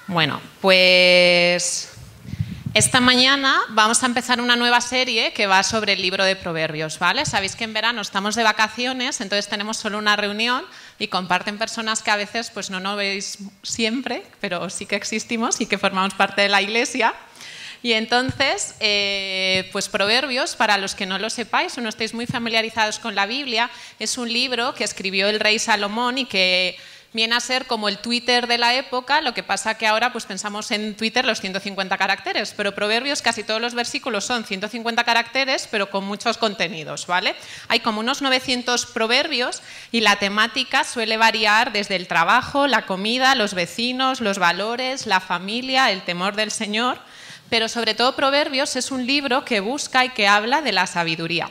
Bueno, pues esta mañana vamos a empezar una nueva serie que va sobre el libro de Proverbios, ¿vale? Sabéis que en verano estamos de vacaciones, entonces tenemos solo una reunión y comparten personas que a veces pues no nos veis siempre, pero sí que existimos y que formamos parte de la iglesia. Y entonces, pues Proverbios, para los que no lo sepáis o no estéis muy familiarizados con la Biblia, es un libro que escribió el rey Salomón y que viene a ser como el Twitter de la época. Lo que pasa que ahora pues pensamos en Twitter los 150 caracteres, pero Proverbios casi todos los versículos son 150 caracteres, pero con muchos contenidos, ¿vale? Hay como unos 900 proverbios y la temática suele variar desde el trabajo, la comida, los vecinos, los valores, la familia, el temor del Señor, pero sobre todo Proverbios es un libro que busca y que habla de la sabiduría.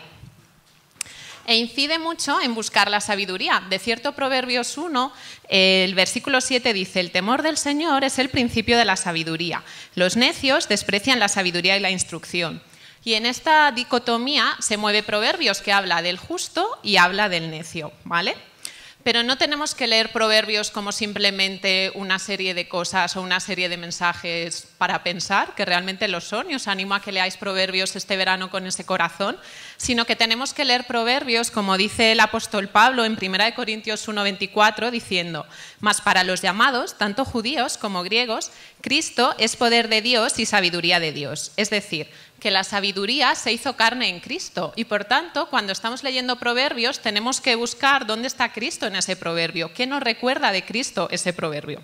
E incide mucho en buscar la sabiduría. De cierto, Proverbios 1, el versículo 7 dice: el temor del Señor es el principio de la sabiduría. Los necios desprecian la sabiduría y la instrucción. Y en esta dicotomía se mueve Proverbios, que habla del justo y habla del necio, ¿vale? Pero no tenemos que leer Proverbios como simplemente una serie de cosas o una serie de mensajes para pensar, que realmente lo son, y os animo a que leáis Proverbios este verano con ese corazón, sino que tenemos que leer Proverbios, como dice el apóstol Pablo en 1 Corintios 1:24, diciendo: mas para los llamados, tanto judíos como griegos, Cristo es poder de Dios y sabiduría de Dios. Es decir, que la sabiduría se hizo carne en Cristo y, por tanto, cuando estamos leyendo Proverbios tenemos que buscar dónde está Cristo en ese proverbio, qué nos recuerda de Cristo ese proverbio.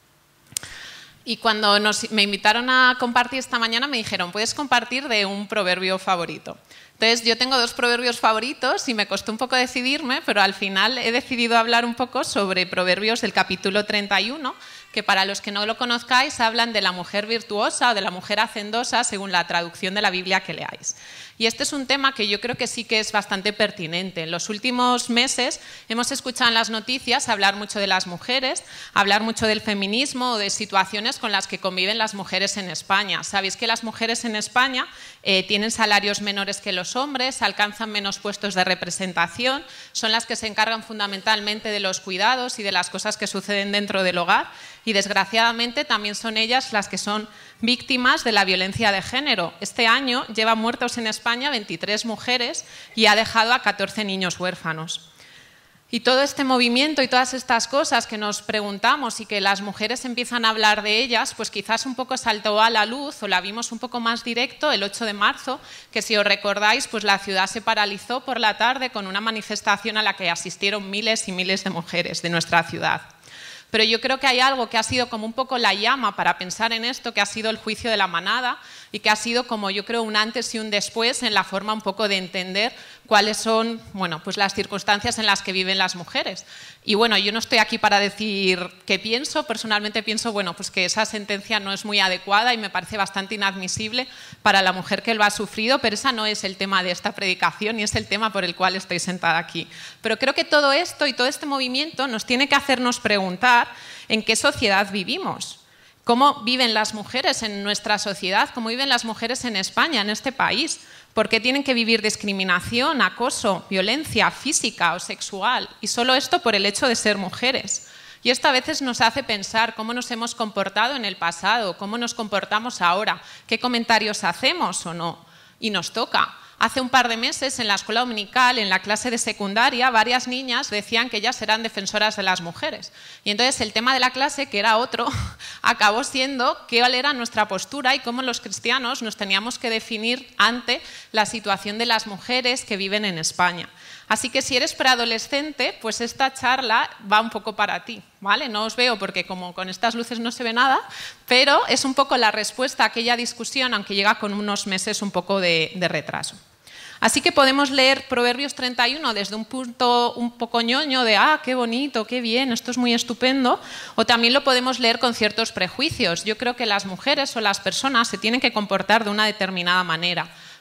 Y cuando me invitaron a compartir esta mañana me dijeron: ¿puedes compartir de un proverbio favorito? Entonces yo tengo dos proverbios favoritos y me costó un poco decidirme, pero al final he decidido hablar un poco sobre Proverbios del capítulo 31, que para los que no lo conozcáis hablan de la mujer virtuosa o de la mujer hacendosa según la traducción de la Biblia que leáis. Y este es un tema que yo creo que sí que es bastante pertinente. En los últimos meses hemos escuchado en las noticias hablar mucho de las mujeres, hablar mucho del feminismo o de situaciones con las que conviven las mujeres en España. Sabéis que las mujeres en España tienen salarios menores que los hombres, alcanzan menos puestos de representación, son las que se encargan fundamentalmente de los cuidados y de las cosas que suceden dentro del hogar, y desgraciadamente también son ellas las que son víctimas de la violencia de género. Este año lleva muertos en España 23 mujeres y ha dejado a 14 niños huérfanos. Y todo este movimiento y todas estas cosas que nos preguntamos y que las mujeres empiezan a hablar de ellas, pues quizás un poco saltó a la luz o la vimos un poco más directo el 8 de marzo, que si os recordáis, pues la ciudad se paralizó por la tarde con una manifestación a la que asistieron miles y miles de mujeres de nuestra ciudad. Pero yo creo que hay algo que ha sido como un poco la llama para pensar en esto, que ha sido el juicio de la manada y que ha sido como yo creo un antes y un después en la forma un poco de entender cuáles son, bueno, pues las circunstancias en las que viven las mujeres. Y bueno, yo no estoy aquí para decir qué pienso, personalmente pienso, bueno, pues que esa sentencia no es muy adecuada y me parece bastante inadmisible para la mujer que lo ha sufrido, pero ese no es el tema de esta predicación y es el tema por el cual estoy sentada aquí. Pero creo que todo esto y todo este movimiento nos tiene que hacernos preguntar en qué sociedad vivimos. ¿Cómo viven las mujeres en nuestra sociedad? ¿Cómo viven las mujeres en España, en este país? ¿Por qué tienen que vivir discriminación, acoso, violencia física o sexual? Y solo esto por el hecho de ser mujeres. Y esto a veces nos hace pensar cómo nos hemos comportado en el pasado, cómo nos comportamos ahora, qué comentarios hacemos o no. Y nos toca. Hace un par de meses en la escuela dominical, en la clase de secundaria, varias niñas decían que ellas eran defensoras de las mujeres. Y entonces el tema de la clase, que era otro, acabó siendo cuál era nuestra postura y cómo los cristianos nos teníamos que definir ante la situación de las mujeres que viven en España. Así que si eres preadolescente, pues esta charla va un poco para ti, ¿vale? No os veo porque como con estas luces no se ve nada, pero es un poco la respuesta a aquella discusión, aunque llega con unos meses un poco de retraso. Así que podemos leer Proverbios 31 desde un punto un poco ñoño de qué bonito, qué bien, esto es muy estupendo, o también lo podemos leer con ciertos prejuicios. Yo creo que las mujeres o las personas se tienen que comportar de una determinada manera.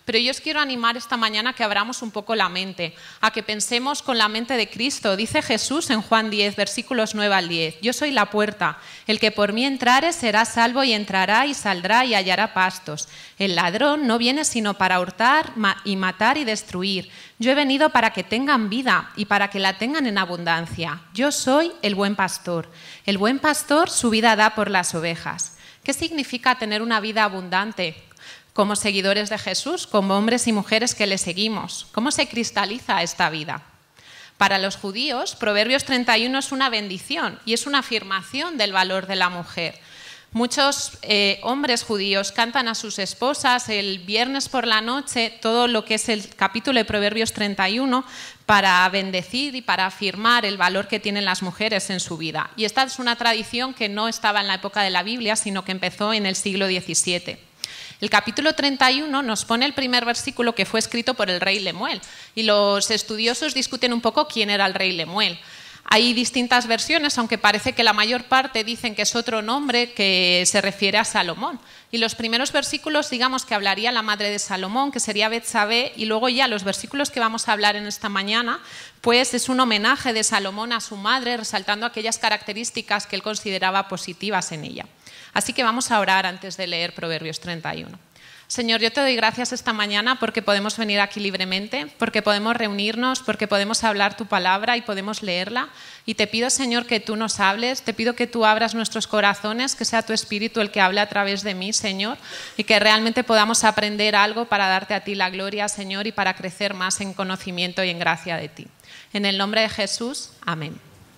Pero yo os quiero animar esta mañana a que abramos un poco la mente, a que pensemos con la mente de Cristo. Dice Jesús en Juan 10, versículos 9 al 10, yo soy la puerta, el que por mí entrare será salvo y entrará y saldrá y hallará pastos. El ladrón no viene sino para hurtar y matar y destruir. Yo he venido para que tengan vida y para que la tengan en abundancia. Yo soy el buen pastor. El buen pastor su vida da por las ovejas. ¿Qué significa tener una vida abundante? Como seguidores de Jesús, como hombres y mujeres que le seguimos. ¿Cómo se cristaliza esta vida? Para los judíos, Proverbios 31 es una bendición y es una afirmación del valor de la mujer. Muchos hombres judíos cantan a sus esposas el viernes por la noche todo lo que es el capítulo de Proverbios 31 para bendecir y para afirmar el valor que tienen las mujeres en su vida. Y esta es una tradición que no estaba en la época de la Biblia, sino que empezó en el siglo XVII. El capítulo 31 nos pone el primer versículo que fue escrito por el rey Lemuel y los estudiosos discuten un poco quién era el rey Lemuel. Hay distintas versiones, aunque parece que la mayor parte dicen que es otro nombre que se refiere a Salomón. Y los primeros versículos, digamos que hablaría la madre de Salomón, que sería Betsabé, y luego ya los versículos que vamos a hablar en esta mañana, pues es un homenaje de Salomón a su madre, resaltando aquellas características que él consideraba positivas en ella. Así que vamos a orar antes de leer Proverbios 31. Señor, yo te doy gracias esta mañana porque podemos venir aquí libremente, porque podemos reunirnos, porque podemos hablar tu palabra y podemos leerla. Y te pido, Señor, que tú nos hables, te pido que tú abras nuestros corazones, que sea tu Espíritu el que hable a través de mí, Señor, y que realmente podamos aprender algo para darte a ti la gloria, Señor, y para crecer más en conocimiento y en gracia de ti. En el nombre de Jesús, amén.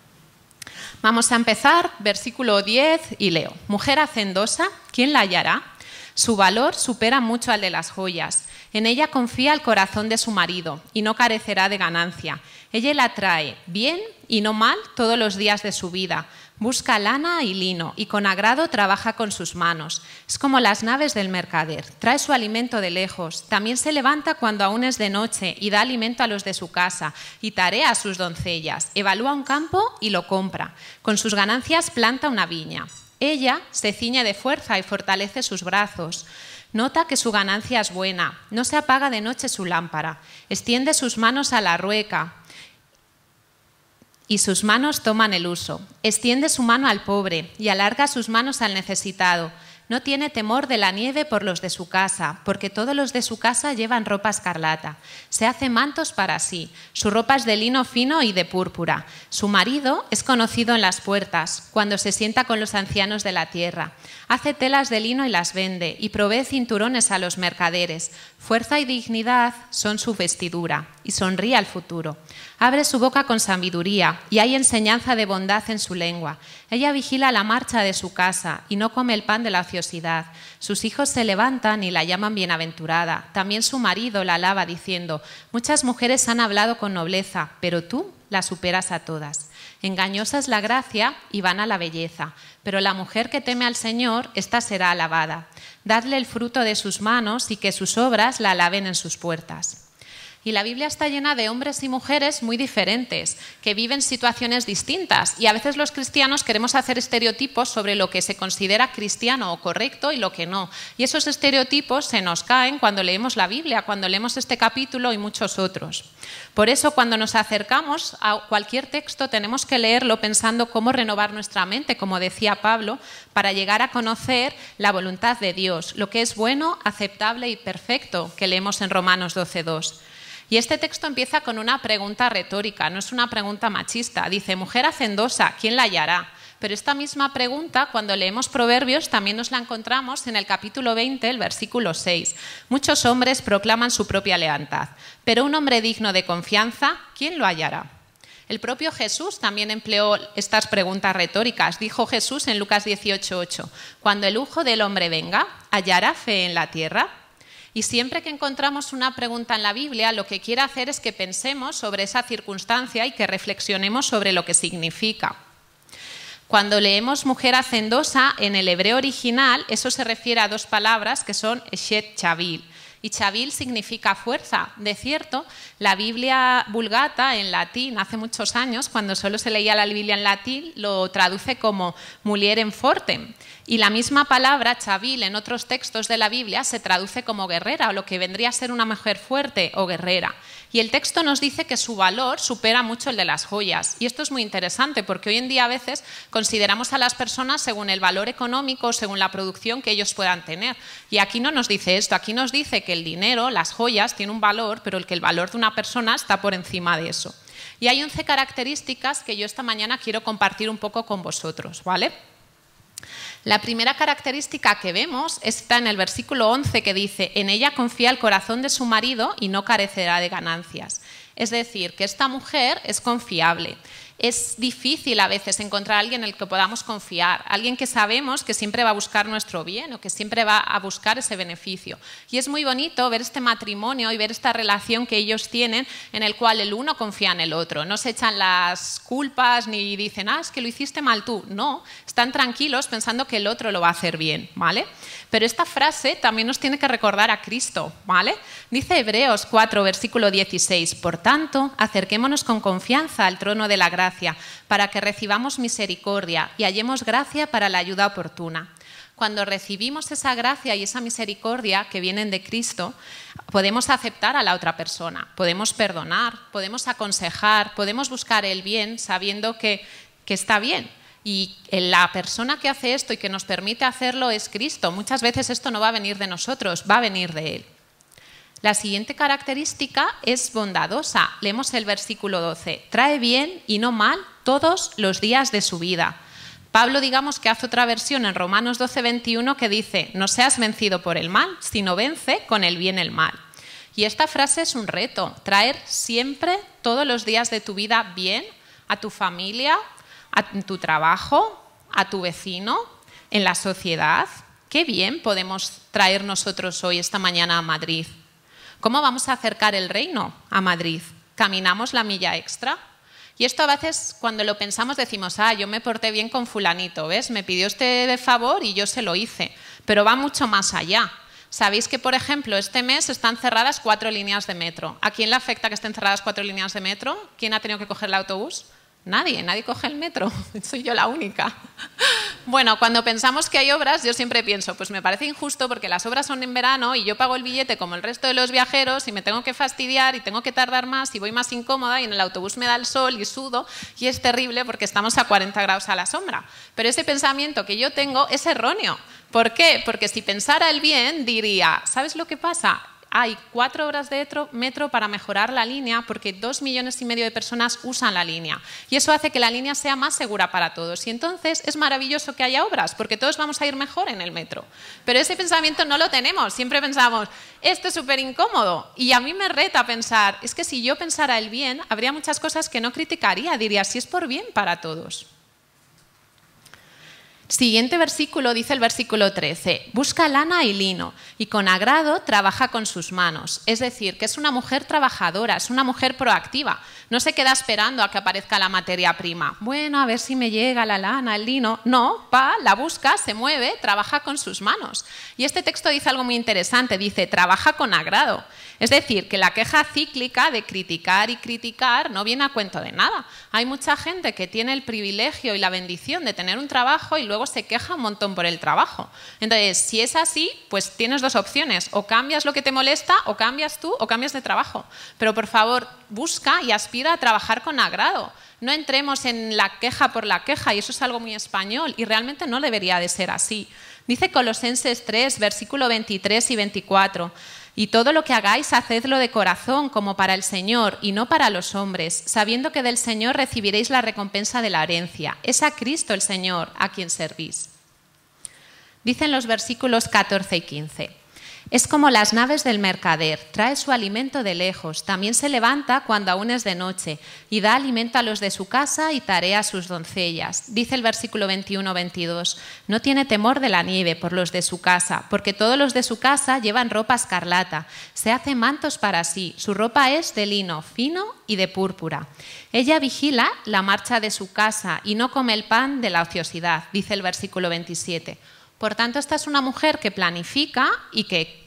Vamos a empezar, versículo 10, y leo. Mujer hacendosa, ¿quién la hallará? Su valor supera mucho al de las joyas. En ella confía el corazón de su marido y no carecerá de ganancia. Ella la trae bien y no mal todos los días de su vida. Busca lana y lino y con agrado trabaja con sus manos. Es como las naves del mercader. Trae su alimento de lejos. También se levanta cuando aún es de noche y da alimento a los de su casa y tarea a sus doncellas. Evalúa un campo y lo compra. Con sus ganancias planta una viña. Ella se ciñe de fuerza y fortalece sus brazos. Nota que su ganancia es buena. No se apaga de noche su lámpara. Extiende sus manos a la rueca y sus manos toman el uso. Extiende su mano al pobre y alarga sus manos al necesitado. No tiene temor de la nieve por los de su casa, porque todos los de su casa llevan ropa escarlata. Se hace mantos para sí. Su ropa es de lino fino y de púrpura. Su marido es conocido en las puertas, cuando se sienta con los ancianos de la tierra. Hace telas de lino y las vende, y provee cinturones a los mercaderes. Fuerza y dignidad son su vestidura, y sonríe al futuro. Abre su boca con sabiduría, y hay enseñanza de bondad en su lengua. Ella vigila la marcha de su casa, y no come el pan de la ociosidad. Sus hijos se levantan y la llaman bienaventurada. También su marido la alaba diciendo: muchas mujeres han hablado con nobleza, pero tú la superas a todas. Engañosa es la gracia y vana la belleza, pero la mujer que teme al Señor, ésta será alabada. Dadle el fruto de sus manos y que sus obras la alaben en sus puertas. Y la Biblia está llena de hombres y mujeres muy diferentes, que viven situaciones distintas. Y a veces los cristianos queremos hacer estereotipos sobre lo que se considera cristiano o correcto y lo que no. Y esos estereotipos se nos caen cuando leemos la Biblia, cuando leemos este capítulo y muchos otros. Por eso, cuando nos acercamos a cualquier texto, tenemos que leerlo pensando cómo renovar nuestra mente, como decía Pablo, para llegar a conocer la voluntad de Dios, lo que es bueno, aceptable y perfecto, que leemos en Romanos 12:2. Y este texto empieza con una pregunta retórica, no es una pregunta machista. Dice, mujer hacendosa, ¿quién la hallará? Pero esta misma pregunta, cuando leemos Proverbios, también nos la encontramos en el capítulo 20, el versículo 6. Muchos hombres proclaman su propia lealtad, pero un hombre digno de confianza, ¿quién lo hallará? El propio Jesús también empleó estas preguntas retóricas. Dijo Jesús en Lucas 18:8, cuando el Hijo del Hombre venga, ¿hallará fe en la tierra? Y siempre que encontramos una pregunta en la Biblia, lo que quiere hacer es que pensemos sobre esa circunstancia y que reflexionemos sobre lo que significa. Cuando leemos mujer hacendosa, en el hebreo original, eso se refiere a dos palabras que son eshet chavil. y chavil significa fuerza. De cierto, la Biblia Vulgata en latín, hace muchos años, cuando solo se leía la Biblia en latín, lo traduce como mulierem fortem. Y la misma palabra, chavil, en otros textos de la Biblia se traduce como guerrera, o lo que vendría a ser una mujer fuerte o guerrera. Y el texto nos dice que su valor supera mucho el de las joyas. Y esto es muy interesante porque hoy en día a veces consideramos a las personas según el valor económico, según la producción que ellos puedan tener. Y aquí no nos dice esto, aquí nos dice que el dinero, las joyas, tiene un valor, pero el valor de una persona está por encima de eso. Y hay 11 características que yo esta mañana quiero compartir un poco con vosotros, ¿vale? La primera característica que vemos está en el versículo 11 que dice: en ella confía el corazón de su marido y no carecerá de ganancias. Es decir, que esta mujer es confiable. Es difícil a veces encontrar a alguien en el que podamos confiar, alguien que sabemos que siempre va a buscar nuestro bien o que siempre va a buscar ese beneficio. Y es muy bonito ver este matrimonio y ver esta relación que ellos tienen en el cual el uno confía en el otro. No se echan las culpas ni dicen, es que lo hiciste mal tú. No, están tranquilos pensando que el otro lo va a hacer bien, ¿vale? Pero esta frase también nos tiene que recordar a Cristo, ¿vale? Dice Hebreos 4, versículo 16, por tanto, acerquémonos con confianza al trono de la gracia para que recibamos misericordia y hallemos gracia para la ayuda oportuna. Cuando recibimos esa gracia y esa misericordia que vienen de Cristo, podemos aceptar a la otra persona, podemos perdonar, podemos aconsejar, podemos buscar el bien sabiendo que está bien. Y la persona que hace esto y que nos permite hacerlo es Cristo. Muchas veces esto no va a venir de nosotros, va a venir de Él. La siguiente característica es bondadosa. Leemos el versículo 12. Trae bien y no mal todos los días de su vida. Pablo, digamos que hace otra versión en Romanos 12, 21 que dice: no seas vencido por el mal, sino vence con el bien el mal. Y esta frase es un reto. Traer siempre, todos los días de tu vida, bien a tu familia, a tu trabajo, a tu vecino, en la sociedad. Qué bien podemos traer nosotros hoy, esta mañana, a Madrid. ¿Cómo vamos a acercar el reino a Madrid? ¿Caminamos la milla extra? Y esto a veces cuando lo pensamos decimos, yo me porté bien con fulanito, ¿ves? Me pidió este favor y yo se lo hice. Pero va mucho más allá. Sabéis que, por ejemplo, este mes están cerradas 4 líneas de metro. ¿A quién le afecta que estén cerradas 4 líneas de metro? ¿Quién ha tenido que coger el autobús? Nadie coge el metro, soy yo la única. Bueno, cuando pensamos que hay obras, yo siempre pienso, pues me parece injusto porque las obras son en verano y yo pago el billete como el resto de los viajeros y me tengo que fastidiar y tengo que tardar más y voy más incómoda y en el autobús me da el sol y sudo y es terrible porque estamos a 40 grados a la sombra. Pero ese pensamiento que yo tengo es erróneo. ¿Por qué? Porque si pensara el bien diría, ¿sabes lo que pasa? Hay 4 horas de metro para mejorar la línea porque 2,5 millones de personas usan la línea. Y eso hace que la línea sea más segura para todos. Y entonces es maravilloso que haya obras porque todos vamos a ir mejor en el metro. Pero ese pensamiento no lo tenemos. Siempre pensamos, esto es súper incómodo. Y a mí me reta pensar, es que si yo pensara el bien, habría muchas cosas que no criticaría. Diría, si es por bien para todos. Siguiente versículo, dice el versículo 13, busca lana y lino y con agrado trabaja con sus manos. Es decir, que es una mujer trabajadora, es una mujer proactiva. No se queda esperando a que aparezca la materia prima. Bueno, a ver si me llega la lana, el lino. No, la busca, se mueve, trabaja con sus manos. Y este texto dice algo muy interesante, dice, trabaja con agrado. Es decir, que la queja cíclica de criticar y criticar no viene a cuento de nada. Hay mucha gente que tiene el privilegio y la bendición de tener un trabajo y luego se queja un montón por el trabajo. Entonces, si es así, pues tienes 2 opciones. O cambias lo que te molesta, o cambias tú, o cambias de trabajo. Pero por favor, busca y aspira a trabajar con agrado. No entremos en la queja por la queja, y eso es algo muy español, y realmente no debería de ser así. Dice Colosenses 3, versículo 23 y 24. Y todo lo que hagáis, hacedlo de corazón, como para el Señor, y no para los hombres, sabiendo que del Señor recibiréis la recompensa de la herencia. Es a Cristo el Señor a quien servís. Dicen los versículos 14 y 15. Es como las naves del mercader, trae su alimento de lejos, también se levanta cuando aún es de noche, y da alimento a los de su casa y tarea a sus doncellas. Dice el versículo 21-22, no tiene temor de la nieve por los de su casa, porque todos los de su casa llevan ropa escarlata, se hace mantos para sí, su ropa es de lino fino y de púrpura. Ella vigila la marcha de su casa y no come el pan de la ociosidad, dice el versículo 27. Por tanto, esta es una mujer que planifica y que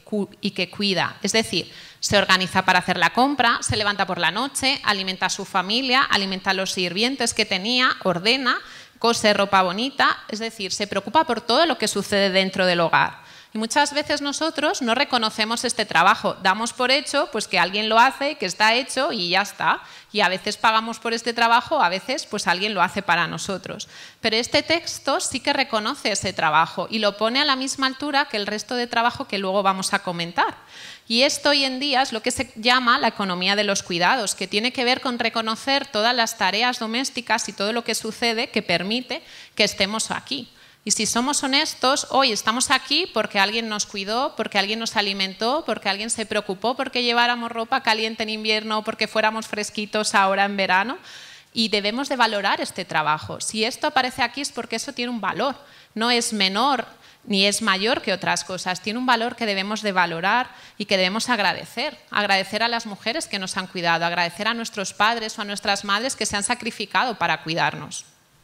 que cuida. Es decir, se organiza para hacer la compra, se levanta por la noche, alimenta a su familia, alimenta a los sirvientes que tenía, ordena, cose ropa bonita, es decir, se preocupa por todo lo que sucede dentro del hogar. Y muchas veces nosotros no reconocemos este trabajo, damos por hecho pues, que alguien lo hace, que está hecho y ya está. Y a veces pagamos por este trabajo, a veces pues, alguien lo hace para nosotros. Pero este texto sí que reconoce ese trabajo y lo pone a la misma altura que el resto de trabajo que luego vamos a comentar. Y esto hoy en día es lo que se llama la economía de los cuidados, que tiene que ver con reconocer todas las tareas domésticas y todo lo que sucede que permite que estemos aquí. Y si somos honestos, hoy estamos aquí porque alguien nos cuidó, porque alguien nos alimentó, porque alguien se preocupó porque lleváramos ropa caliente en invierno, porque fuéramos fresquitos ahora en verano. Y debemos de valorar este trabajo. Si esto aparece aquí es porque eso tiene un valor. No es menor ni es mayor que otras cosas. Tiene un valor que debemos de valorar y que debemos agradecer. Agradecer a las mujeres que nos han cuidado, agradecer a nuestros padres o a nuestras madres que se han sacrificado para cuidarnos.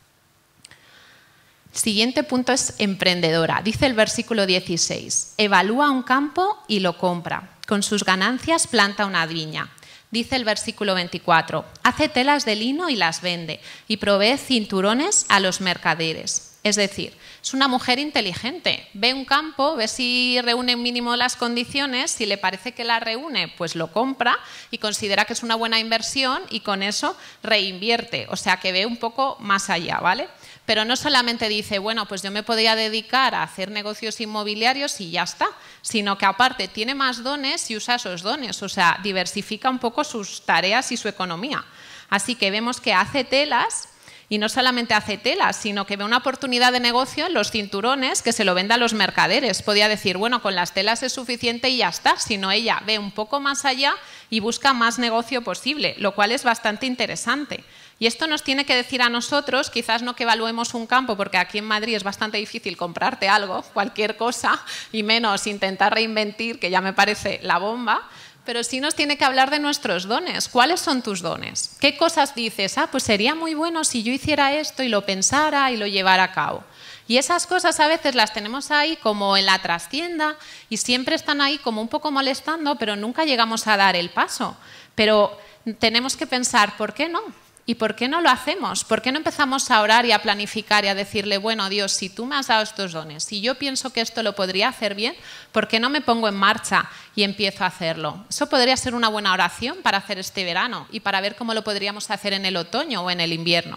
Siguiente punto es emprendedora. Dice el versículo 16, evalúa un campo y lo compra. Con sus ganancias planta una viña. Dice el versículo 24, hace telas de lino y las vende y provee cinturones a los mercaderes. Es decir, es una mujer inteligente. Ve un campo, ve si reúne mínimo las condiciones, si le parece que la reúne, pues lo compra y considera que es una buena inversión y con eso reinvierte. O sea, que ve un poco más allá, ¿vale? Pero no solamente dice, bueno, pues yo me podría dedicar a hacer negocios inmobiliarios y ya está, sino que aparte tiene más dones y usa esos dones, o sea, diversifica un poco sus tareas y su economía. Así que vemos que hace telas y no solamente hace telas, sino que ve una oportunidad de negocio en los cinturones que se lo venda a los mercaderes. Podía decir, bueno, con las telas es suficiente y ya está, sino ella ve un poco más allá y busca más negocio posible, lo cual es bastante interesante. Y esto nos tiene que decir a nosotros, quizás no que evaluemos un campo, porque aquí en Madrid es bastante difícil comprarte algo, cualquier cosa, y menos intentar reinventar, que ya me parece la bomba, pero sí nos tiene que hablar de nuestros dones. ¿Cuáles son tus dones? ¿Qué cosas dices? Ah, pues sería muy bueno si yo hiciera esto y lo pensara y lo llevara a cabo. Y esas cosas a veces las tenemos ahí como en la trastienda y siempre están ahí como un poco molestando, pero nunca llegamos a dar el paso. Pero tenemos que pensar, ¿por qué no? ¿Y por qué no lo hacemos? ¿Por qué no empezamos a orar y a planificar y a decirle, bueno, Dios, si tú me has dado estos dones, si yo pienso que esto lo podría hacer bien, ¿por qué no me pongo en marcha y empiezo a hacerlo? Eso podría ser una buena oración para hacer este verano y para ver cómo lo podríamos hacer en el otoño o en el invierno.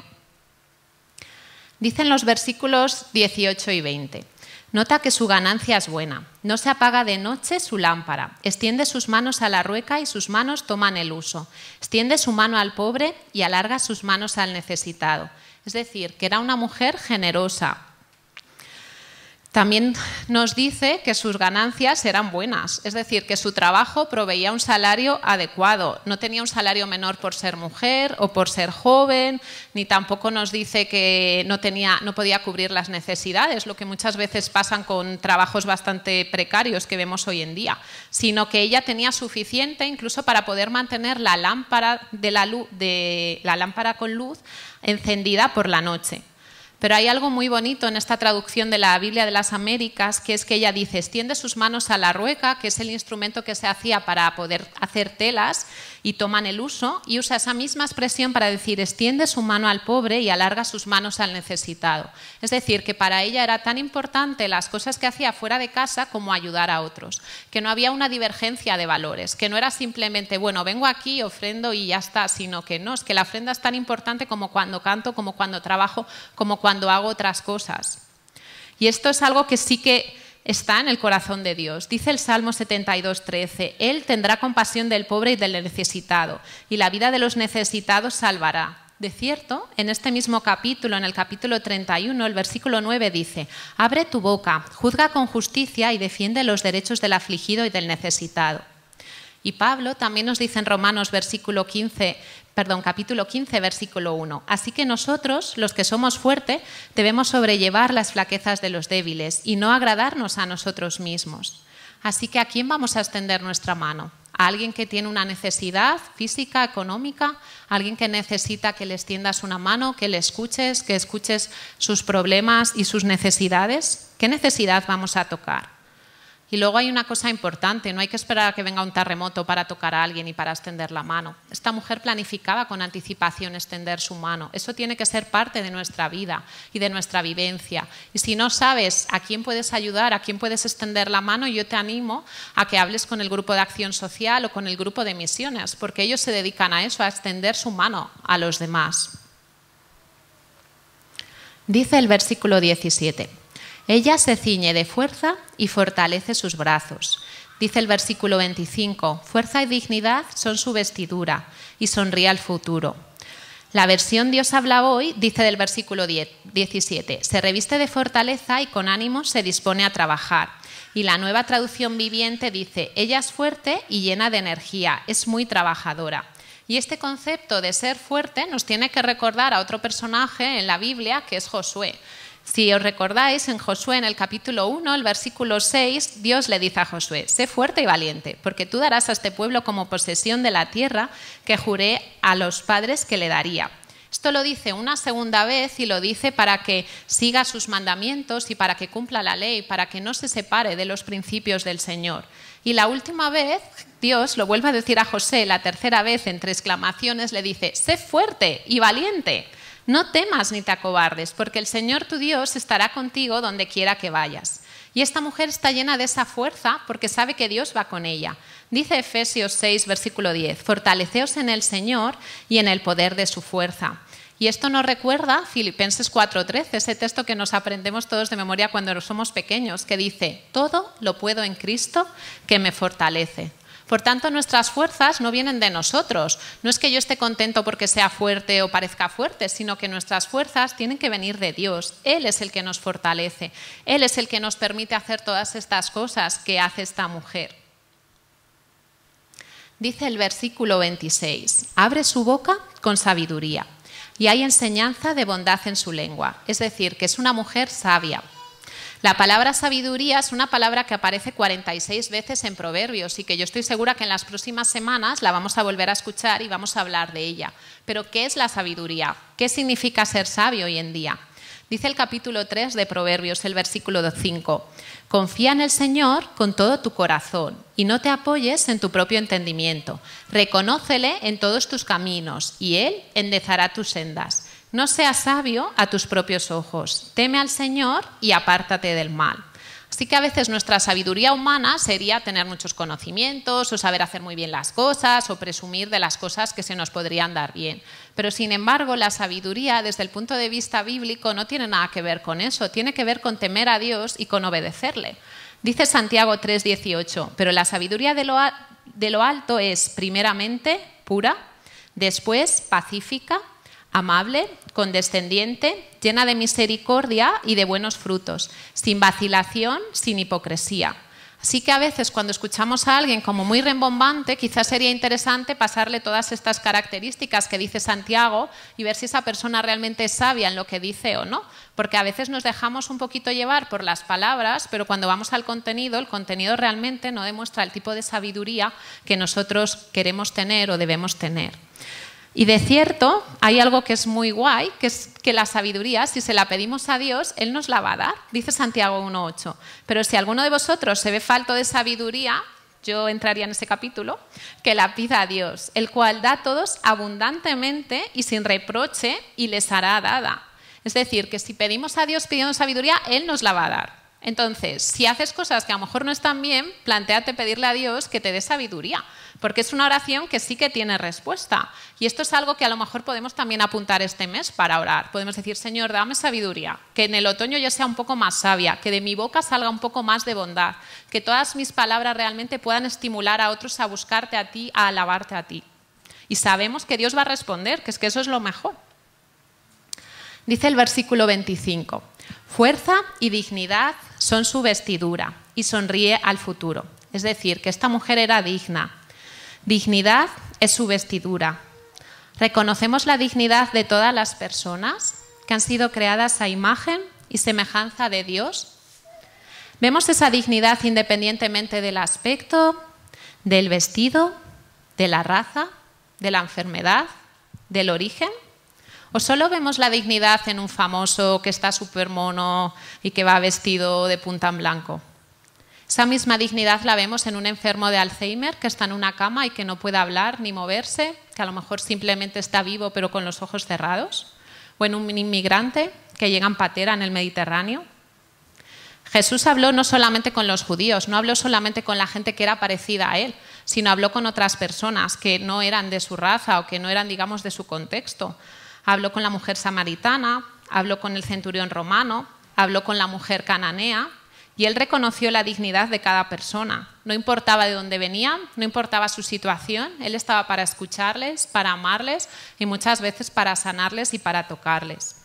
Dicen los versículos 18 y 20. Nota que su ganancia es buena. No se apaga de noche su lámpara. Extiende sus manos a la rueca y sus manos toman el uso. Extiende su mano al pobre y alarga sus manos al necesitado. Es decir, que era una mujer generosa. También nos dice que sus ganancias eran buenas, es decir, que su trabajo proveía un salario adecuado. No tenía un salario menor por ser mujer o por ser joven, ni tampoco nos dice que no podía cubrir las necesidades, lo que muchas veces pasan con trabajos bastante precarios que vemos hoy en día, sino que ella tenía suficiente incluso para poder mantener la lámpara la lámpara con luz encendida por la noche. Pero hay algo muy bonito en esta traducción de la Biblia de las Américas, que es que ella dice, extiende sus manos a la rueca, que es el instrumento que se hacía para poder hacer telas, y toman el uso, y usa esa misma expresión para decir, extiende su mano al pobre y alarga sus manos al necesitado. Es decir, que para ella era tan importante las cosas que hacía fuera de casa como ayudar a otros, que no había una divergencia de valores, que no era simplemente, bueno, vengo aquí, ofrendo y ya está, sino que no, es que la ofrenda es tan importante como cuando canto, como cuando trabajo, como cuando hago otras cosas. Y esto es algo que sí que está en el corazón de Dios. Dice el Salmo 72:13, Él tendrá compasión del pobre y del necesitado, y la vida de los necesitados salvará. De cierto, en este mismo capítulo, en el capítulo 31, el versículo 9 dice, abre tu boca, juzga con justicia y defiende los derechos del afligido y del necesitado. Y Pablo también nos dice en Romanos capítulo 15, versículo 1. Así que nosotros, los que somos fuertes, debemos sobrellevar las flaquezas de los débiles y no agradarnos a nosotros mismos. Así que ¿a quién vamos a extender nuestra mano? ¿A alguien que tiene una necesidad física, económica? ¿A alguien que necesita que le extiendas una mano, que le escuches, que escuches sus problemas y sus necesidades? ¿Qué necesidad vamos a tocar? Y luego hay una cosa importante, no hay que esperar a que venga un terremoto para tocar a alguien y para extender la mano. Esta mujer planificaba con anticipación extender su mano. Eso tiene que ser parte de nuestra vida y de nuestra vivencia. Y si no sabes a quién puedes ayudar, a quién puedes extender la mano, yo te animo a que hables con el grupo de acción social o con el grupo de misiones, porque ellos se dedican a eso, a extender su mano a los demás. Dice el versículo 17. Ella se ciñe de fuerza y fortalece sus brazos. Dice el versículo 25, fuerza y dignidad son su vestidura y sonríe al futuro. La versión Dios habla hoy dice del versículo 17, se reviste de fortaleza y con ánimo se dispone a trabajar. Y la Nueva Traducción Viviente dice, ella es fuerte y llena de energía, es muy trabajadora. Y este concepto de ser fuerte nos tiene que recordar a otro personaje en la Biblia que es Josué. Si os recordáis, en Josué, en el capítulo 1, el versículo 6, Dios le dice a Josué, sé fuerte y valiente, porque tú darás a este pueblo como posesión de la tierra que juré a los padres que le daría. Esto lo dice una segunda vez y lo dice para que siga sus mandamientos y para que cumpla la ley, para que no se separe de los principios del Señor. Y la última vez, Dios lo vuelve a decir a José, la tercera vez, entre exclamaciones, le dice, sé fuerte y valiente. No temas ni te acobardes, porque el Señor tu Dios estará contigo donde quiera que vayas. Y esta mujer está llena de esa fuerza porque sabe que Dios va con ella. Dice Efesios 6, versículo 10, fortaleceos en el Señor y en el poder de su fuerza. Y esto nos recuerda Filipenses 4:13, ese texto que nos aprendemos todos de memoria cuando somos pequeños, que dice, todo lo puedo en Cristo que me fortalece. Por tanto, nuestras fuerzas no vienen de nosotros. No es que yo esté contento porque sea fuerte o parezca fuerte, sino que nuestras fuerzas tienen que venir de Dios. Él es el que nos fortalece. Él es el que nos permite hacer todas estas cosas que hace esta mujer. Dice el versículo 26, abre su boca con sabiduría y hay enseñanza de bondad en su lengua. Es decir, que es una mujer sabia. La palabra sabiduría es una palabra que aparece 46 veces en Proverbios y que yo estoy segura que en las próximas semanas la vamos a volver a escuchar y vamos a hablar de ella. Pero, ¿qué es la sabiduría? ¿Qué significa ser sabio hoy en día? Dice el capítulo 3 de Proverbios, el versículo 5, confía en el Señor con todo tu corazón y no te apoyes en tu propio entendimiento. Reconócele en todos tus caminos y Él enderezará tus sendas. No seas sabio a tus propios ojos, teme al Señor y apártate del mal. Así que a veces nuestra sabiduría humana sería tener muchos conocimientos o saber hacer muy bien las cosas o presumir de las cosas que se nos podrían dar bien. Pero sin embargo la sabiduría desde el punto de vista bíblico no tiene nada que ver con eso, tiene que ver con temer a Dios y con obedecerle. Dice Santiago 3:18, pero la sabiduría de lo alto es primeramente pura, después pacífica, amable, condescendiente, llena de misericordia y de buenos frutos, sin vacilación, sin hipocresía. Así que a veces cuando escuchamos a alguien como muy rembombante, quizás sería interesante pasarle todas estas características que dice Santiago y ver si esa persona realmente es sabia en lo que dice o no. Porque a veces nos dejamos un poquito llevar por las palabras, pero cuando vamos al contenido, el contenido realmente no demuestra el tipo de sabiduría que nosotros queremos tener o debemos tener. Y de cierto, hay algo que es muy guay, que es que la sabiduría, si se la pedimos a Dios, Él nos la va a dar, dice Santiago 1:8. Pero si alguno de vosotros se ve falto de sabiduría, yo entraría en ese capítulo, que la pida a Dios, el cual da a todos abundantemente y sin reproche y les hará dada. Es decir, que si pedimos a Dios pidiendo sabiduría, Él nos la va a dar. Entonces, si haces cosas que a lo mejor no están bien, plantéate pedirle a Dios que te dé sabiduría, porque es una oración que sí que tiene respuesta. Y esto es algo que a lo mejor podemos también apuntar este mes para orar. Podemos decir, Señor, dame sabiduría, que en el otoño yo sea un poco más sabia, que de mi boca salga un poco más de bondad, que todas mis palabras realmente puedan estimular a otros a buscarte a ti, a alabarte a ti. Y sabemos que Dios va a responder, que es que eso es lo mejor. Dice el versículo 25, fuerza y dignidad son su vestidura y sonríe al futuro. Es decir, que esta mujer era digna. Dignidad es su vestidura. ¿Reconocemos la dignidad de todas las personas que han sido creadas a imagen y semejanza de Dios? ¿Vemos esa dignidad independientemente del aspecto, del vestido, de la raza, de la enfermedad, del origen? ¿O solo vemos la dignidad en un famoso que está súper mono y que va vestido de punta en blanco? Esa misma dignidad la vemos en un enfermo de Alzheimer que está en una cama y que no puede hablar ni moverse, que a lo mejor simplemente está vivo pero con los ojos cerrados, o en un inmigrante que llega en patera en el Mediterráneo. Jesús habló no solamente con los judíos, no habló solamente con la gente que era parecida a él, sino habló con otras personas que no eran de su raza o que no eran, digamos, de su contexto. Habló con la mujer samaritana, habló con el centurión romano, habló con la mujer cananea, y él reconoció la dignidad de cada persona. No importaba de dónde venían, no importaba su situación, él estaba para escucharles, para amarles y muchas veces para sanarles y para tocarles.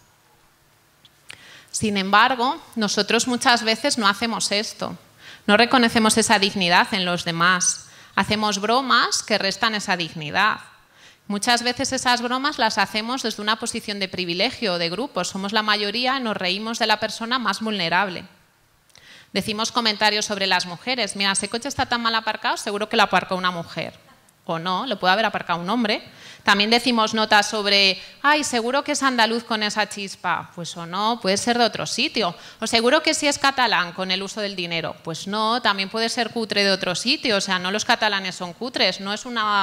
Sin embargo, nosotros muchas veces no hacemos esto, no reconocemos esa dignidad en los demás, hacemos bromas que restan esa dignidad. Muchas veces esas bromas las hacemos desde una posición de privilegio o de grupo, somos la mayoría y nos reímos de la persona más vulnerable. Decimos comentarios sobre las mujeres, mira, ese coche está tan mal aparcado, seguro que lo aparcó una mujer. O no, lo puede haber aparcado un hombre. También decimos notas sobre, ay, seguro que es andaluz con esa chispa. Pues o no, puede ser de otro sitio. O seguro que sí es catalán con el uso del dinero. Pues no, también puede ser cutre de otro sitio. O sea, no los catalanes son cutres, no es una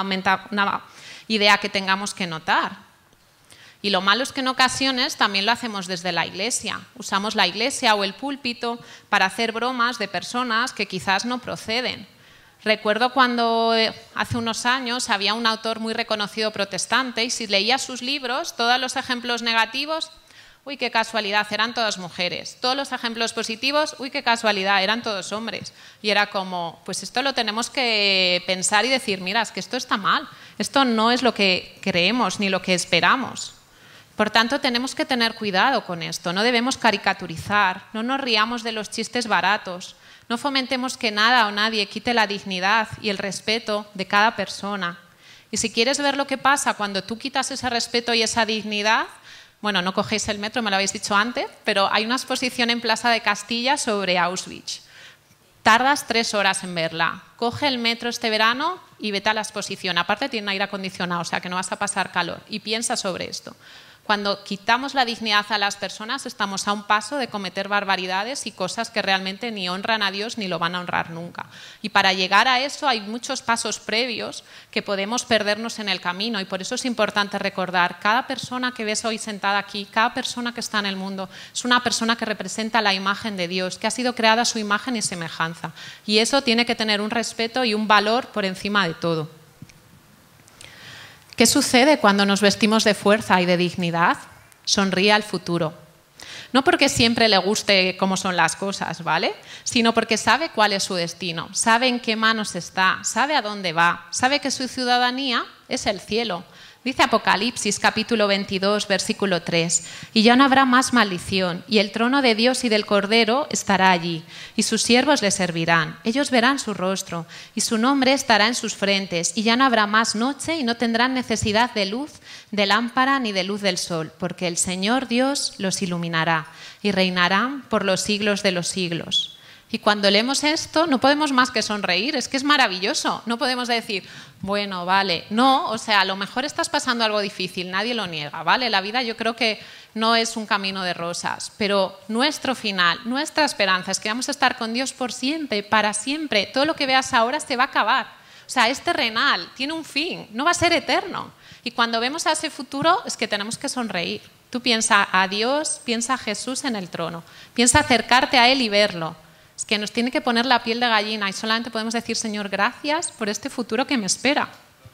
idea que tengamos que notar. Y lo malo es que en ocasiones también lo hacemos desde la iglesia. Usamos la iglesia o el púlpito para hacer bromas de personas que quizás no proceden. Recuerdo cuando hace unos años había un autor muy reconocido protestante y si leía sus libros, todos los ejemplos negativos, uy, qué casualidad, eran todas mujeres. Todos los ejemplos positivos, uy, qué casualidad, eran todos hombres. Y era como, pues esto lo tenemos que pensar y decir, mira, es que esto está mal. Esto no es lo que creemos ni lo que esperamos. Por tanto, tenemos que tener cuidado con esto, no debemos caricaturizar, no nos riamos de los chistes baratos, no fomentemos que nada o nadie quite la dignidad y el respeto de cada persona. Y si quieres ver lo que pasa cuando tú quitas ese respeto y esa dignidad, bueno, no cogéis el metro, me lo habéis dicho antes, pero hay una exposición en Plaza de Castilla sobre Auschwitz. Tardas 3 horas en verla. Coge el metro este verano y vete a la exposición. Aparte tiene aire acondicionado, o sea que no vas a pasar calor. Y piensa sobre esto. Cuando quitamos la dignidad a las personas, estamos a un paso de cometer barbaridades y cosas que realmente ni honran a Dios ni lo van a honrar nunca. Y para llegar a eso hay muchos pasos previos que podemos perdernos en el camino y por eso es importante recordar, cada persona que ves hoy sentada aquí, cada persona que está en el mundo, es una persona que representa la imagen de Dios, que ha sido creada a su imagen y semejanza. Y eso tiene que tener un respeto y un valor por encima de todo. ¿Qué sucede cuando nos vestimos de fuerza y de dignidad? Sonríe al futuro. No porque siempre le guste cómo son las cosas, ¿vale? Sino porque sabe cuál es su destino, sabe en qué manos está, sabe a dónde va, sabe que su ciudadanía es el cielo. Dice Apocalipsis capítulo 22, versículo 3, y ya no habrá más maldición, y el trono de Dios y del Cordero estará allí, y sus siervos le servirán. Ellos verán su rostro, y su nombre estará en sus frentes, y ya no habrá más noche, y no tendrán necesidad de luz, de lámpara, ni de luz del sol, porque el Señor Dios los iluminará, y reinarán por los siglos de los siglos. Y cuando leemos esto no podemos más que sonreír, es que es maravilloso, no podemos decir, bueno, vale, no, o sea, a lo mejor estás pasando algo difícil, nadie lo niega, ¿vale? La vida yo creo que no es un camino de rosas, pero nuestro final, nuestra esperanza es que vamos a estar con Dios por siempre, para siempre, todo lo que veas ahora se va a acabar, o sea, es terrenal, tiene un fin, no va a ser eterno. Y cuando vemos a ese futuro es que tenemos que sonreír. Tú piensa a Dios, piensa a Jesús en el trono, piensa acercarte a Él y verlo. Es que nos tiene que poner la piel de gallina y solamente podemos decir, Señor, gracias por este futuro que me espera.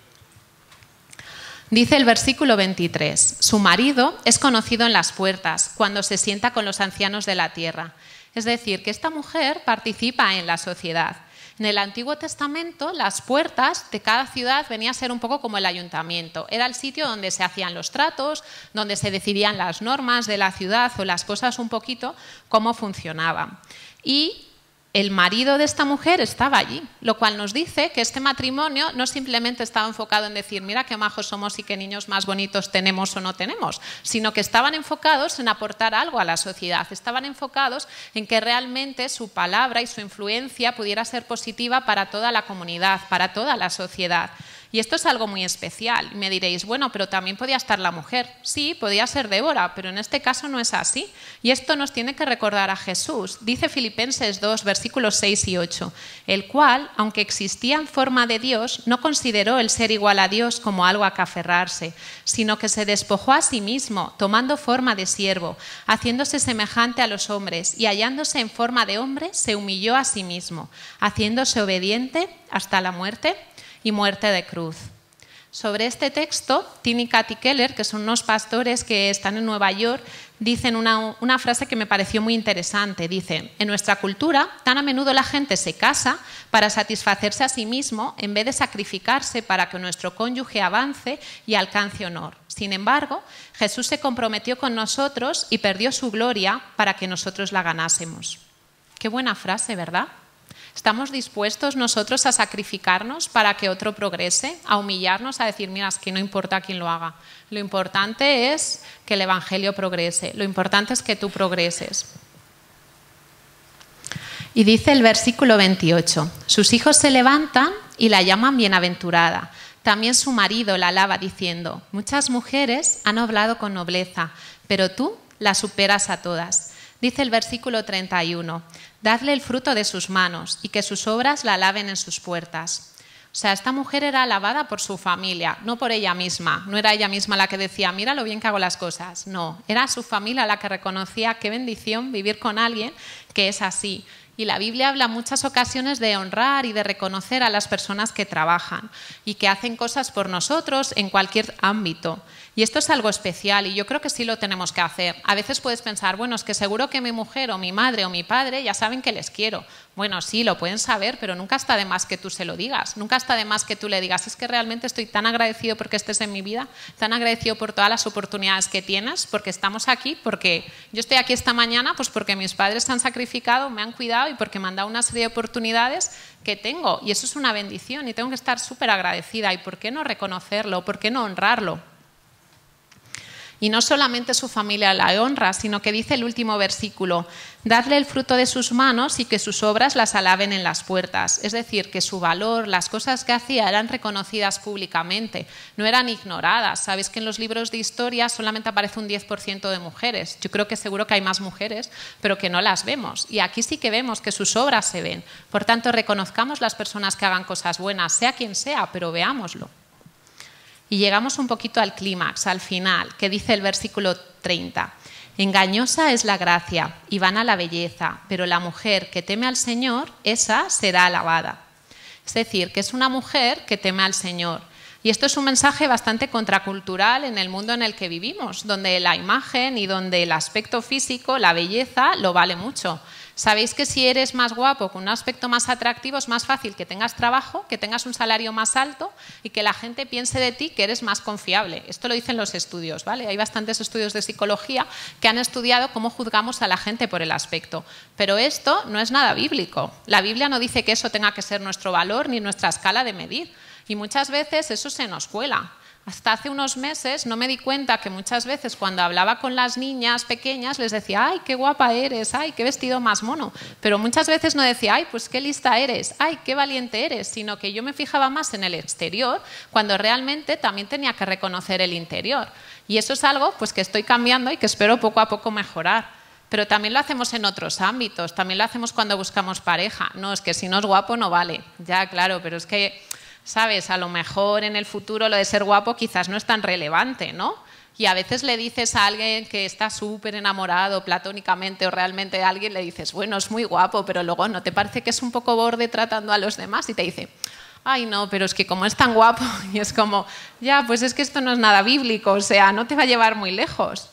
Dice el versículo 23, su marido es conocido en las puertas cuando se sienta con los ancianos de la tierra. Es decir, que esta mujer participa en la sociedad. En el Antiguo Testamento, las puertas de cada ciudad venía a ser un poco como el ayuntamiento. Era el sitio donde se hacían los tratos, donde se decidían las normas de la ciudad o las cosas un poquito, cómo funcionaban. Y el marido de esta mujer estaba allí, lo cual nos dice que este matrimonio no simplemente estaba enfocado en decir mira qué majos somos y qué niños más bonitos tenemos o no tenemos, sino que estaban enfocados en aportar algo a la sociedad, estaban enfocados en que realmente su palabra y su influencia pudiera ser positiva para toda la comunidad, para toda la sociedad. Y esto es algo muy especial. Y me diréis, bueno, pero también podía estar la mujer. Sí, podía ser Débora, pero en este caso no es así. Y esto nos tiene que recordar a Jesús. Dice Filipenses 2, versículos 6 y 8, el cual, aunque existía en forma de Dios, no consideró el ser igual a Dios como algo a que aferrarse, sino que se despojó a sí mismo, tomando forma de siervo, haciéndose semejante a los hombres, y hallándose en forma de hombre, se humilló a sí mismo, haciéndose obediente hasta la muerte y muerte de cruz. Sobre este texto, Tim y Kathy Keller, que son unos pastores que están en Nueva York, dicen una frase que me pareció muy interesante. Dicen, en nuestra cultura, tan a menudo la gente se casa para satisfacerse a sí mismo en vez de sacrificarse para que nuestro cónyuge avance y alcance honor. Sin embargo, Jesús se comprometió con nosotros y perdió su gloria para que nosotros la ganásemos. Qué buena frase, ¿verdad? ¿Estamos dispuestos nosotros a sacrificarnos para que otro progrese? A humillarnos, a decir, mira, es que no importa quién lo haga. Lo importante es que el Evangelio progrese. Lo importante es que tú progreses. Y dice el versículo 28, sus hijos se levantan y la llaman bienaventurada. También su marido la alaba diciendo, muchas mujeres han hablado con nobleza, pero tú la superas a todas. Dice el versículo 31, dadle el fruto de sus manos y que sus obras la alaben en sus puertas. O sea, esta mujer era alabada por su familia, no por ella misma. No era ella misma la que decía, mira lo bien que hago las cosas. No, era su familia la que reconocía qué bendición vivir con alguien que es así. Y la Biblia habla en muchas ocasiones de honrar y de reconocer a las personas que trabajan y que hacen cosas por nosotros en cualquier ámbito. Y esto es algo especial y yo creo que sí lo tenemos que hacer. A veces puedes pensar, bueno, es que seguro que mi mujer o mi madre o mi padre ya saben que les quiero. Bueno, sí, lo pueden saber, pero nunca está de más que tú se lo digas. Nunca está de más que tú le digas, es que realmente estoy tan agradecido porque estés en mi vida, tan agradecido por todas las oportunidades que tienes, porque estamos aquí, porque yo estoy aquí esta mañana, pues porque mis padres se han sacrificado, me han cuidado y porque me han dado una serie de oportunidades que tengo. Y eso es una bendición y tengo que estar súper agradecida. ¿Y por qué no reconocerlo? ¿Por qué no honrarlo? Y no solamente su familia la honra, sino que dice el último versículo, dadle el fruto de sus manos y que sus obras las alaben en las puertas. Es decir, que su valor, las cosas que hacía eran reconocidas públicamente, no eran ignoradas. Sabéis que en los libros de historia solamente aparece un 10% de mujeres. Yo creo que seguro que hay más mujeres, pero que no las vemos. Y aquí sí que vemos que sus obras se ven. Por tanto, reconozcamos las personas que hagan cosas buenas, sea quien sea, pero veámoslo. Y llegamos un poquito al clímax, al final, que dice el versículo 30. Engañosa es la gracia y vana la belleza, pero la mujer que teme al Señor, esa será alabada. Es decir, que es una mujer que teme al Señor. Y esto es un mensaje bastante contracultural en el mundo en el que vivimos, donde la imagen y donde el aspecto físico, la belleza, lo vale mucho. Sabéis que si eres más guapo, con un aspecto más atractivo, es más fácil que tengas trabajo, que tengas un salario más alto y que la gente piense de ti que eres más confiable. Esto lo dicen los estudios, ¿vale? Hay bastantes estudios de psicología que han estudiado cómo juzgamos a la gente por el aspecto. Pero esto no es nada bíblico. La Biblia no dice que eso tenga que ser nuestro valor ni nuestra escala de medir. Y muchas veces eso se nos cuela. Hasta hace unos meses no me di cuenta que muchas veces cuando hablaba con las niñas pequeñas les decía, ¡ay, qué guapa eres! ¡Ay, qué vestido más mono! Pero muchas veces no decía, ¡ay, pues qué lista eres! ¡Ay, qué valiente eres! Sino que yo me fijaba más en el exterior cuando realmente también tenía que reconocer el interior. Y eso es algo pues, que estoy cambiando y que espero poco a poco mejorar. Pero también lo hacemos en otros ámbitos, también lo hacemos cuando buscamos pareja. No, es que si no es guapo no vale. Ya, claro, pero es que... ¿Sabes? A lo mejor en el futuro lo de ser guapo quizás no es tan relevante, ¿no? Y a veces le dices a alguien que está súper enamorado platónicamente o realmente a alguien le dices, bueno, es muy guapo, pero luego ¿no te parece que es un poco borde tratando a los demás? Y te dice, ay no, pero es que como es tan guapo, y es como, ya, pues es que esto no es nada bíblico, o sea, no te va a llevar muy lejos.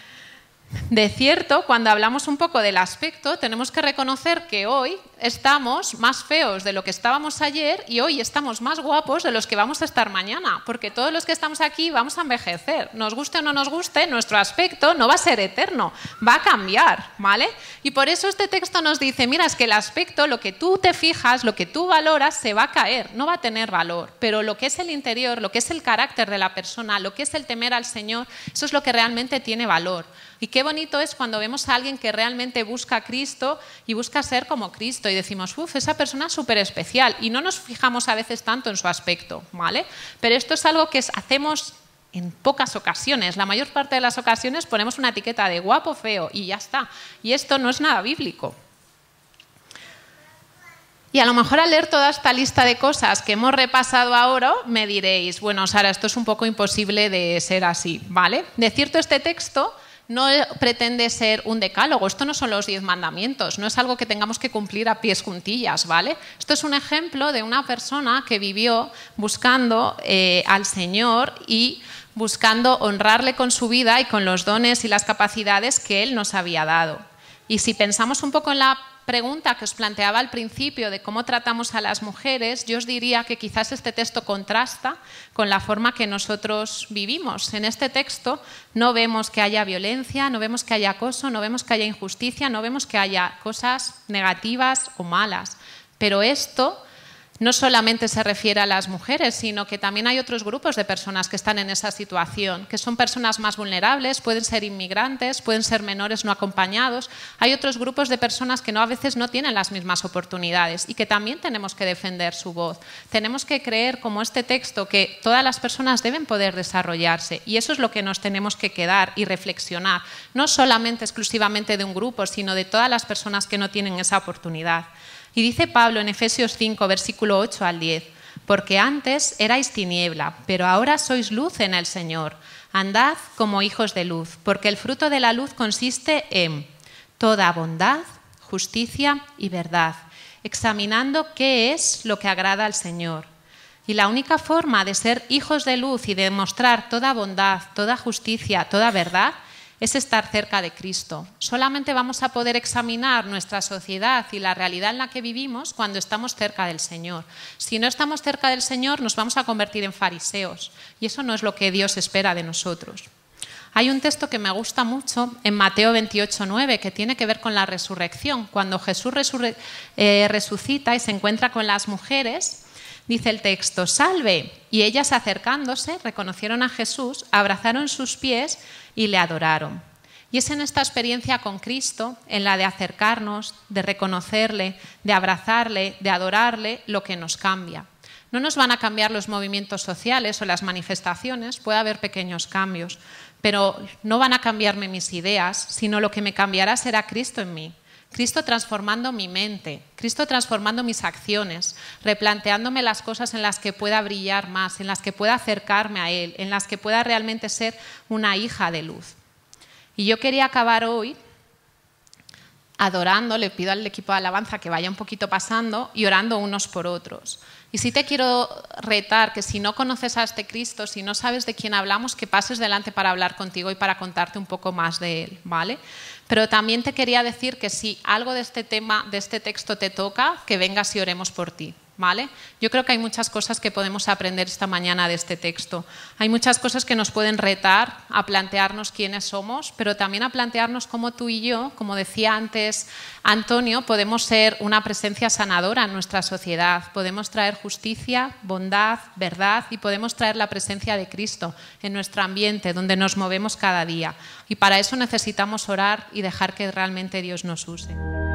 De cierto, cuando hablamos un poco del aspecto, tenemos que reconocer que hoy estamos más feos de lo que estábamos ayer y hoy estamos más guapos de los que vamos a estar mañana, porque todos los que estamos aquí vamos a envejecer. Nos guste o no nos guste, nuestro aspecto no va a ser eterno, va a cambiar, ¿vale? Y por eso este texto nos dice, mira, es que el aspecto, lo que tú te fijas, lo que tú valoras, se va a caer, no va a tener valor, pero lo que es el interior, lo que es el carácter de la persona, lo que es el temer al Señor, eso es lo que realmente tiene valor. Y qué bonito es cuando vemos a alguien que realmente busca a Cristo y busca ser como Cristo. y decimos, uff, esa persona es súper especial y no nos fijamos a veces tanto en su aspecto, ¿vale? Pero esto es algo que hacemos en pocas ocasiones. La mayor parte de las ocasiones ponemos una etiqueta de guapo, feo y ya está. Y esto no es nada bíblico. Y a lo mejor al leer toda esta lista de cosas que hemos repasado ahora, me diréis, bueno, Sara, esto es un poco imposible de ser así, ¿vale? De cierto, este texto no pretende ser un decálogo, esto no son los 10 mandamientos, no es algo que tengamos que cumplir a pies juntillas, ¿vale? Esto es un ejemplo de una persona que vivió buscando al Señor y buscando honrarle con su vida y con los dones y las capacidades que Él nos había dado. Y si pensamos un poco en la pregunta que os planteaba al principio de cómo tratamos a las mujeres, yo os diría que quizás este texto contrasta con la forma que nosotros vivimos. En este texto no vemos que haya violencia, no vemos que haya acoso, no vemos que haya injusticia, no vemos que haya cosas negativas o malas. Pero esto no solamente se refiere a las mujeres, sino que también hay otros grupos de personas que están en esa situación, que son personas más vulnerables, pueden ser inmigrantes, pueden ser menores no acompañados. Hay otros grupos de personas que a veces no tienen las mismas oportunidades y que también tenemos que defender su voz. Tenemos que creer, como este texto, que todas las personas deben poder desarrollarse y eso es lo que nos tenemos que quedar y reflexionar, no solamente exclusivamente de un grupo, sino de todas las personas que no tienen esa oportunidad. Y dice Pablo en Efesios 5, versículo 8 al 10, porque antes erais tiniebla, pero ahora sois luz en el Señor. Andad como hijos de luz, porque el fruto de la luz consiste en toda bondad, justicia y verdad, examinando qué es lo que agrada al Señor. Y la única forma de ser hijos de luz y de demostrar toda bondad, toda justicia, toda verdad, es estar cerca de Cristo. Solamente vamos a poder examinar nuestra sociedad y la realidad en la que vivimos cuando estamos cerca del Señor. Si no estamos cerca del Señor, nos vamos a convertir en fariseos y eso no es lo que Dios espera de nosotros. Hay un texto que me gusta mucho en Mateo 28:9 que tiene que ver con la resurrección. Cuando Jesús resucita y se encuentra con las mujeres, dice el texto, salve, y ellas acercándose reconocieron a Jesús, abrazaron sus pies y le adoraron. Y es en esta experiencia con Cristo, en la de acercarnos, de reconocerle, de abrazarle, de adorarle, lo que nos cambia. No nos van a cambiar los movimientos sociales o las manifestaciones, puede haber pequeños cambios, pero no van a cambiarme mis ideas, sino lo que me cambiará será Cristo en mí. Cristo transformando mi mente, Cristo transformando mis acciones, replanteándome las cosas en las que pueda brillar más, en las que pueda acercarme a Él, en las que pueda realmente ser una hija de luz. Y yo quería acabar hoy adorando, le pido al equipo de alabanza que vaya un poquito pasando y orando unos por otros. Y sí te quiero retar que si no conoces a este Cristo, si no sabes de quién hablamos, que pases delante para hablar contigo y para contarte un poco más de Él, ¿vale? Pero también te quería decir que si algo de este tema, de este texto te toca, que vengas y oremos por ti, ¿vale? Yo creo que hay muchas cosas que podemos aprender esta mañana de este texto. Hay muchas cosas que nos pueden retar a plantearnos quiénes somos, pero también a plantearnos cómo tú y yo, como decía antes Antonio, podemos ser una presencia sanadora en nuestra sociedad. Podemos traer justicia, bondad, verdad y podemos traer la presencia de Cristo en nuestro ambiente, donde nos movemos cada día. Y para eso necesitamos orar y dejar que realmente Dios nos use.